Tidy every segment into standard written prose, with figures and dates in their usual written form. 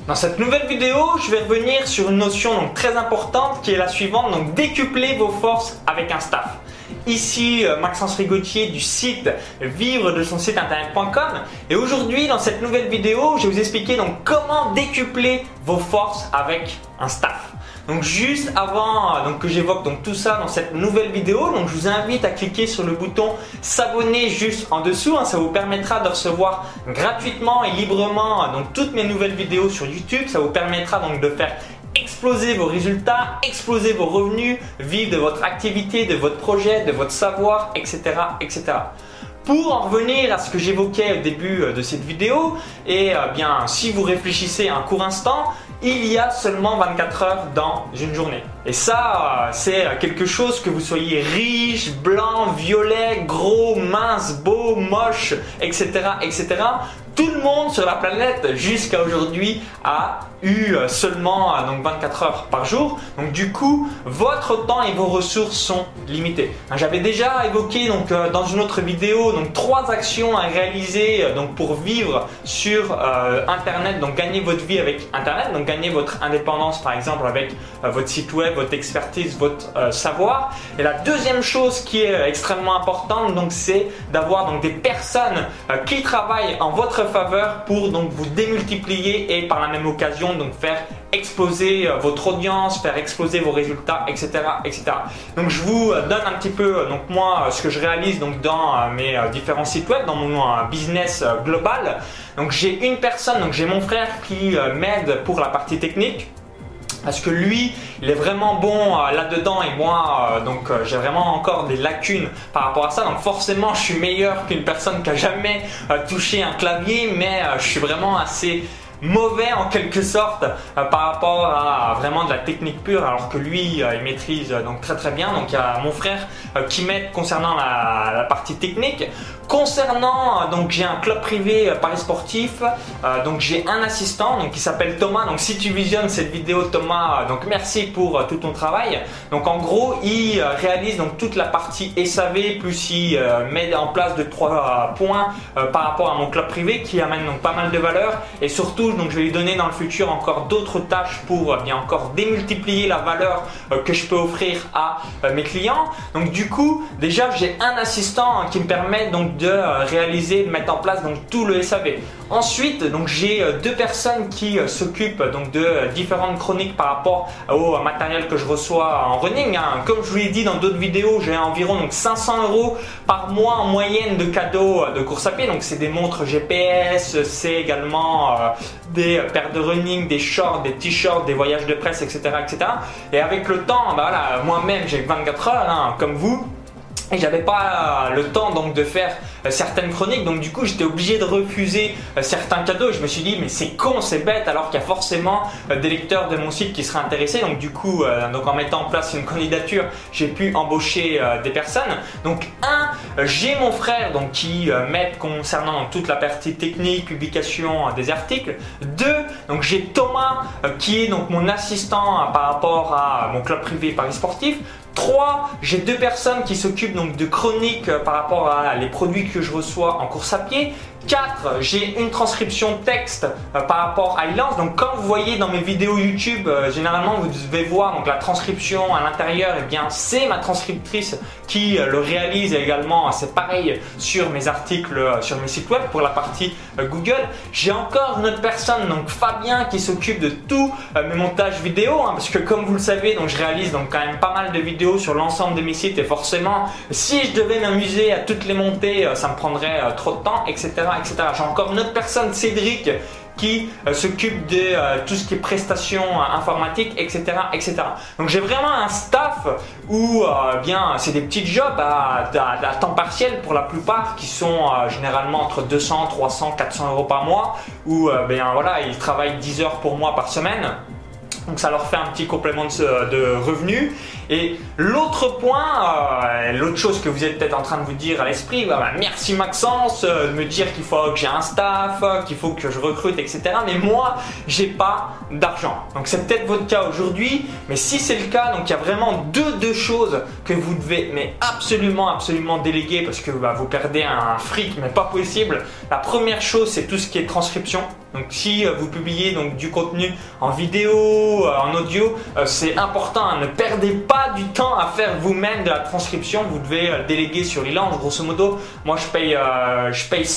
Dans cette nouvelle vidéo, je vais revenir sur une notion très importante qui est la suivante, donc décupler vos forces avec un staff. Ici Maxence Rigotier du site vivre de son site internet.com et aujourd'hui dans cette nouvelle vidéo, je vais vous expliquer donc comment décupler vos forces avec un staff. Donc juste avant que j'évoque tout ça dans cette nouvelle vidéo, donc je vous invite à cliquer sur le bouton s'abonner juste en dessous, ça vous permettra de recevoir gratuitement et librement toutes mes nouvelles vidéos sur YouTube, ça vous permettra donc de faire exploser vos résultats, exploser vos revenus, vivre de votre activité, de votre projet, de votre savoir, etc. etc. Pour en revenir à ce que j'évoquais au début de cette vidéo, et bien si vous réfléchissez un court instant, il y a seulement 24 heures dans une journée. Et ça, c'est quelque chose que vous soyez riche, blanc, violet, gros, mince, beau, moche, etc. etc. Tout le monde sur la planète jusqu'à aujourd'hui a eu seulement 24 heures par jour. Donc du coup, votre temps et vos ressources sont limitées. J'avais déjà évoqué dans une autre vidéo 3 actions à réaliser pour vivre sur Internet, donc gagner votre vie avec Internet, donc gagner votre indépendance par exemple avec votre site web, votre expertise, votre savoir. Et la deuxième chose qui est extrêmement importante, c'est d'avoir des personnes qui travaillent en votre faveur pour vous démultiplier et par la même occasion faire exploser votre audience, faire exploser vos résultats, etc. etc. Donc je vous donne un petit peu moi ce que je réalise dans mes différents sites web, dans mon business global. Donc j'ai une personne, j'ai mon frère qui m'aide pour la partie technique. Parce que lui, il est vraiment bon là-dedans et moi, j'ai vraiment encore des lacunes par rapport à ça. Donc forcément, je suis meilleur qu'une personne qui a jamais touché un clavier, mais je suis vraiment assez mauvais en quelque sorte par rapport à vraiment de la technique pure, alors que lui il maîtrise très très bien. Donc il y a mon frère qui m'aide concernant la partie technique. Concernant j'ai un club privé Paris Sportif, j'ai un assistant qui s'appelle Thomas. Donc si tu visionnes cette vidéo Thomas, merci pour tout ton travail. Donc en gros il réalise toute la partie SAV, plus il met en place 2-3 points par rapport à mon club privé qui amène pas mal de valeur, et surtout je vais lui donner dans le futur encore d'autres tâches pour bien encore démultiplier la valeur que je peux offrir à mes clients. Donc du coup déjà j'ai un assistant qui me permet de réaliser, de mettre en place tout le SAV. Ensuite j'ai 2 personnes qui s'occupent de différentes chroniques par rapport au matériel que je reçois en running. Comme je vous l'ai dit dans d'autres vidéos, j'ai environ 500 € par mois en moyenne de cadeaux de course à pied. Donc c'est des montres GPS, c'est également des paires de running, des shorts, des t-shirts, des voyages de presse, etc. etc. Et avec le temps, moi-même j'ai 24 heures comme vous. Et j'avais pas le temps de faire certaines chroniques, donc du coup j'étais obligé de refuser certains cadeaux. Je me suis dit mais c'est con, c'est bête, alors qu'il y a forcément des lecteurs de mon site qui seraient intéressés. Donc du coup en mettant en place une candidature, j'ai pu embaucher des personnes. Donc j'ai mon frère qui m'aide concernant toute la partie technique, publication des articles. 2, j'ai Thomas qui est mon assistant par rapport à mon club privé Paris Sportif. 3, j'ai 2 personnes qui s'occupent de chroniques par rapport à les produits que je reçois en course à pied. 4, j'ai une transcription texte par rapport à Elance. Donc quand vous voyez dans mes vidéos YouTube, généralement vous devez voir la transcription à l'intérieur, et bien c'est ma transcriptrice qui le réalise. Et également c'est pareil sur mes articles sur mes sites web pour la partie Google. J'ai encore une autre personne, Fabien, qui s'occupe de tous mes montages vidéo, parce que comme vous le savez, je réalise quand même pas mal de vidéos sur l'ensemble de mes sites, et forcément si je devais m'amuser à toutes les monter, ça me prendrait trop de temps, etc. etc. J'ai encore une autre personne, Cédric, qui s'occupe de tout ce qui est prestations informatiques, etc. etc. Donc j'ai vraiment un staff où c'est des petits jobs à temps partiel pour la plupart, qui sont généralement entre 200, 300, 400 € par mois, où ils travaillent 10 heures pour moi par semaine. Donc ça leur fait un petit complément de revenus. Et l'autre point, l'autre chose que vous êtes peut-être en train de vous dire à l'esprit, merci Maxence de me dire qu'il faut que j'ai un staff, qu'il faut que je recrute, etc. Mais moi, j'ai pas d'argent. Donc c'est peut-être votre cas aujourd'hui, mais si c'est le cas, il y a vraiment deux choses que vous devez absolument déléguer, parce que vous perdez un fric, mais pas possible. La première chose, c'est tout ce qui est transcription. Donc si vous publiez donc du contenu en vidéo, en audio, c'est important, hein. Ne perdez pas du temps à faire vous-même de la transcription. Vous devez déléguer sur Elance. Grosso modo, moi je paye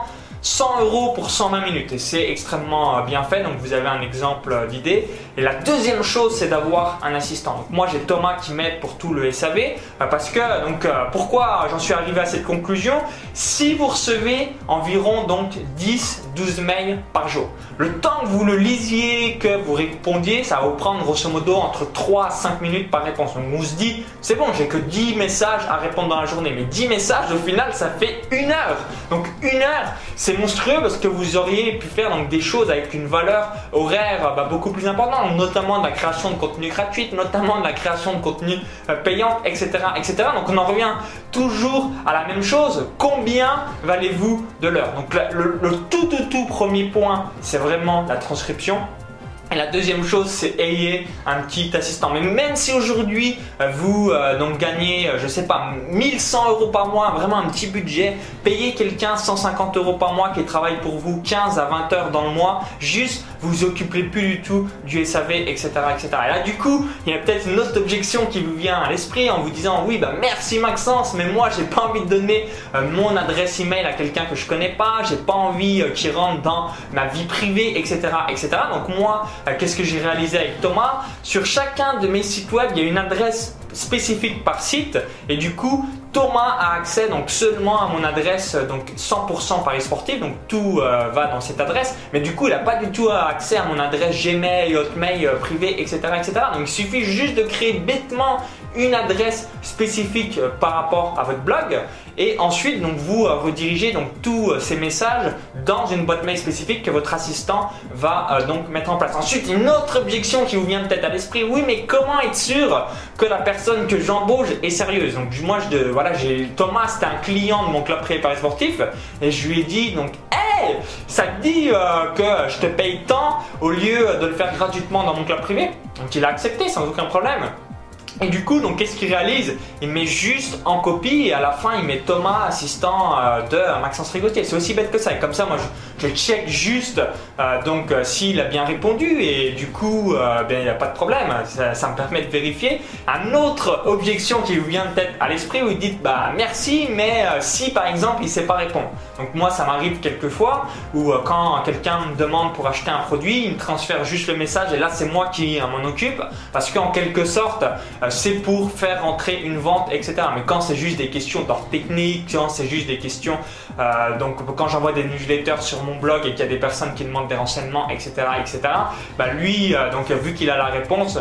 100 euros pour 120 minutes et c'est extrêmement bien fait. Donc vous avez un exemple d'idée. Et la deuxième chose, c'est d'avoir un assistant. Donc moi j'ai Thomas qui m'aide pour tout le SAV parce que pourquoi j'en suis arrivé à cette conclusion? Si vous recevez environ donc 10-12 mails par jour, le temps que vous le lisiez, que vous répondiez, ça va vous prendre grosso modo entre 3 à 5 minutes par réponse. Donc on se dit, c'est bon, j'ai que 10 messages à répondre dans la journée. Mais 10 messages, au final, ça fait 1 heure. Donc 1 heure, c'est monstrueux parce que vous auriez pu faire donc des choses avec une valeur horaire beaucoup plus importante, notamment de la création de contenu gratuit, notamment de la création de contenu payant, etc., etc. Donc on en revient toujours à la même chose. Combien valez-vous de l'heure? Donc le tout premier point, c'est vraiment la transcription. Et la deuxième chose, c'est ayez un petit assistant. Mais même si aujourd'hui vous donc gagnez, je sais pas, 1100 euros par mois, vraiment un petit budget, payez quelqu'un 150 euros par mois qui travaille pour vous 15 à 20 heures dans le mois, juste vous occupez plus du tout du SAV, etc., etc. Et là, du coup, il y a peut-être une autre objection qui vous vient à l'esprit en vous disant oui, merci Maxence, mais moi j'ai pas envie de donner mon adresse email à quelqu'un que je connais pas, j'ai pas envie qu'il rentre dans ma vie privée, etc., etc. Donc moi, qu'est-ce que j'ai réalisé avec Thomas? Sur chacun de mes sites web, il y a une adresse spécifique par site et du coup Thomas a accès donc seulement à mon adresse donc 100% Paris Sportif, donc tout va dans cette adresse, mais du coup il n'a pas du tout accès à mon adresse Gmail, Hotmail privé, etc., etc. Donc il suffit juste de créer bêtement une adresse spécifique par rapport à votre blog et ensuite donc vous redirigez donc tous ces messages dans une boîte mail spécifique que votre assistant va donc mettre en place. Ensuite, une autre objection qui vous vient peut-être à l'esprit, oui, mais comment être sûr que la personne que j'embauche est sérieuse? Donc moi Thomas, c'était un client de mon club privé Paris Sportif et je lui ai dit donc hey, ça te dit que je te paye tant au lieu de le faire gratuitement dans mon club privé? Donc il a accepté sans aucun problème. Et du coup, donc qu'est-ce qu'il réalise? Il met juste en copie et à la fin, il met Thomas, assistant de Maxence Rigotier. C'est aussi bête que ça. Et comme ça, moi, je check juste s'il a bien répondu et du coup, il n'y a pas de problème. Ça me permet de vérifier. Un autre objection qui vous vient peut-être à l'esprit où vous dites merci, mais si par exemple, il ne sait pas répondre. Donc moi, ça m'arrive quelquefois où quand quelqu'un me demande pour acheter un produit, il me transfère juste le message et là, c'est moi qui m'en occupe parce qu'en quelque sorte, c'est pour faire entrer une vente, etc. Mais quand c'est juste des questions d'ordre technique, quand c'est juste des questions, donc quand j'envoie des newsletters sur mon blog et qu'il y a des personnes qui demandent des renseignements, etc., etc. Lui, vu qu'il a la réponse,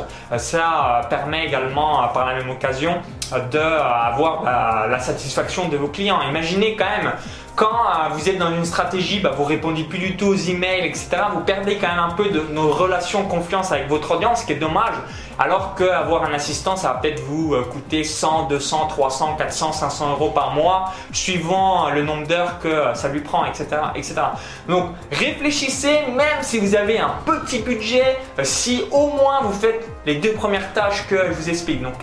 ça permet également, par la même occasion, d'avoir la satisfaction de vos clients. Imaginez quand même. Quand vous êtes dans une stratégie, vous répondez plus du tout aux emails, etc. Vous perdez quand même un peu de nos relations de confiance avec votre audience, ce qui est dommage. Alors qu'avoir un assistant, ça va peut-être vous coûter 100, 200, 300, 400, 500 euros par mois, suivant le nombre d'heures que ça lui prend, etc., etc. Donc réfléchissez, même si vous avez un petit budget, si au moins vous faites les 2 premières tâches que je vous explique. Donc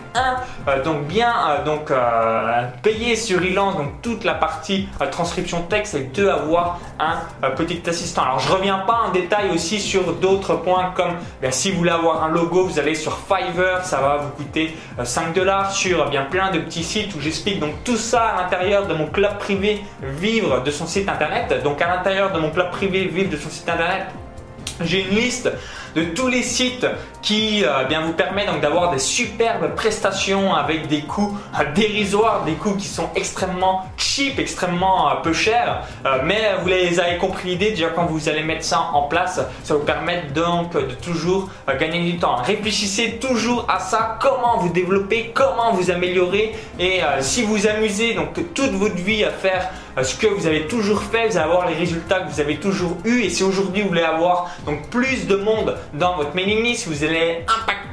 payer sur Elance donc toute la partie transcription texte et 2 avoir un petit assistant. Alors je reviens pas en détail aussi sur d'autres points comme si vous voulez avoir un logo, vous allez sur Fiverr, ça va vous coûter 5 $, sur plein de petits sites où j'explique donc tout ça à l'intérieur de mon club privé Vivre de son site internet. Donc à l'intérieur de mon club privé Vivre de son site internet, j'ai une liste de tous les sites qui vous permet donc d'avoir des superbes prestations avec des coûts dérisoires, des coûts qui sont extrêmement cheap, extrêmement peu chers. Mais vous les avez compris l'idée, déjà quand vous allez mettre ça en place, ça vous permet donc de toujours gagner du temps. Réfléchissez toujours à ça, comment vous développer, comment vous améliorer et si vous amusez donc toute votre vie à faire ce que vous avez toujours fait, vous allez avoir les résultats que vous avez toujours eu. Et si aujourd'hui vous voulez avoir donc plus de monde dans votre mailing list, vous allez impacter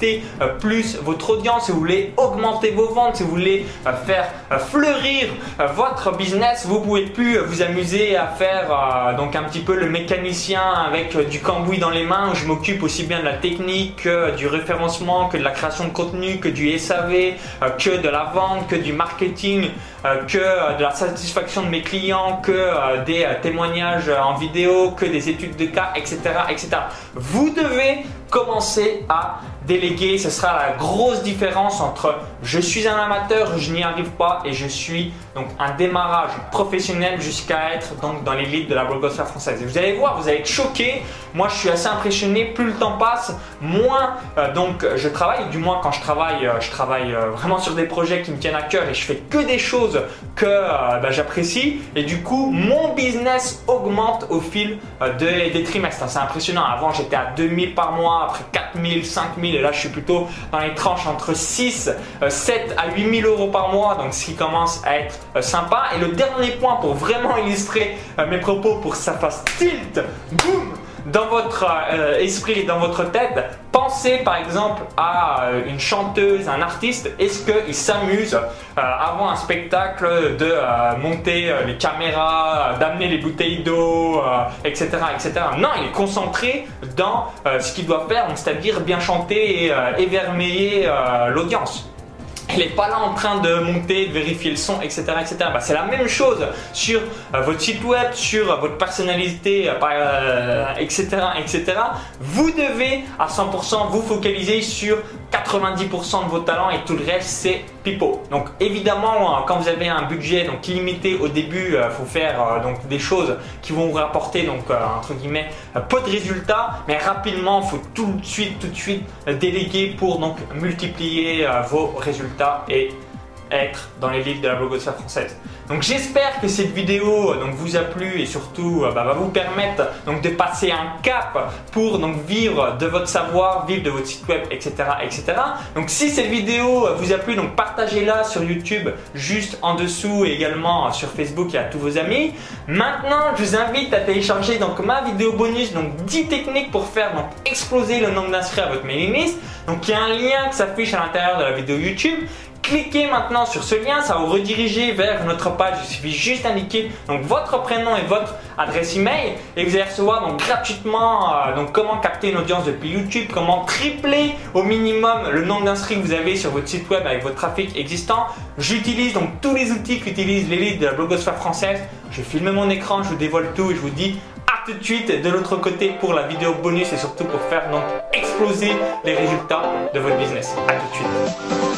impacter plus votre audience, si vous voulez augmenter vos ventes, si vous voulez faire fleurir votre business, vous pouvez plus vous amuser à faire donc un petit peu le mécanicien avec du cambouis dans les mains, où je m'occupe aussi bien de la technique que du référencement, que de la création de contenu, que du SAV, que de la vente, que du marketing, que de la satisfaction de mes clients, que des témoignages en vidéo, que des études de cas, etc., etc. Vous devez commencer à déléguer. Ce sera la grosse différence entre je suis un amateur, je n'y arrive pas, et je suis donc un démarrage professionnel jusqu'à être donc dans l'élite de la blogosphère française. Et vous allez voir, vous allez être choqués. Moi, je suis assez impressionné. Plus le temps passe, moins donc je travaille. Du moins, quand je travaille vraiment sur des projets qui me tiennent à cœur et je fais que des choses que j'apprécie. Et du coup, mon business augmente au fil des trimestres. C'est impressionnant. Avant, j'étais à 2000 par mois, après 4000, 5000, et là, je suis plutôt dans les tranches entre 6, 7 à 8000 euros par mois. Donc, ce qui commence à être sympa. Et le dernier point pour vraiment illustrer mes propos, pour que ça fasse tilt, boum, dans votre esprit et dans votre tête, pensez par exemple à une chanteuse, un artiste. Est-ce qu'il s'amuse avant un spectacle de monter les caméras, d'amener les bouteilles d'eau, etc., etc. Non, il est concentré dans ce qu'il doit faire, c'est-à-dire bien chanter et émerveiller l'audience. Il n'est pas là en train de monter, de vérifier le son, etc., etc. C'est la même chose sur votre site web, sur votre personnalité, etc., etc. Vous devez à 100% vous focaliser sur 90% de vos talents, et tout le reste c'est pipeau. Donc évidemment, quand vous avez un budget donc limité au début, faut faire donc des choses qui vont vous rapporter donc entre guillemets peu de résultats, mais rapidement il faut tout de suite déléguer pour donc multiplier vos résultats et être dans l'élite de la blogosphère française. Donc j'espère que cette vidéo donc vous a plu, et surtout va vous permettre donc de passer un cap pour donc vivre de votre savoir, vivre de votre site web, etc., etc. Donc si cette vidéo vous a plu, donc partagez-la sur YouTube juste en dessous, et également sur Facebook et à tous vos amis. Maintenant, je vous invite à télécharger donc ma vidéo bonus, donc 10 techniques pour faire donc exploser le nombre d'inscrits à votre mailing list. Donc il y a un lien qui s'affiche à l'intérieur de la vidéo YouTube. Cliquez maintenant sur ce lien, ça va vous rediriger vers notre page. Il suffit juste d'indiquer donc votre prénom et votre adresse email, et vous allez recevoir donc gratuitement donc comment capter une audience depuis YouTube, comment tripler au minimum le nombre d'inscrits que vous avez sur votre site web avec votre trafic existant. J'utilise donc tous les outils qu'utilise l'élite de la blogosphère française. Je filme mon écran, je vous dévoile tout et je vous dis à tout de suite de l'autre côté pour la vidéo bonus, et surtout pour faire donc exploser les résultats de votre business. À tout de suite.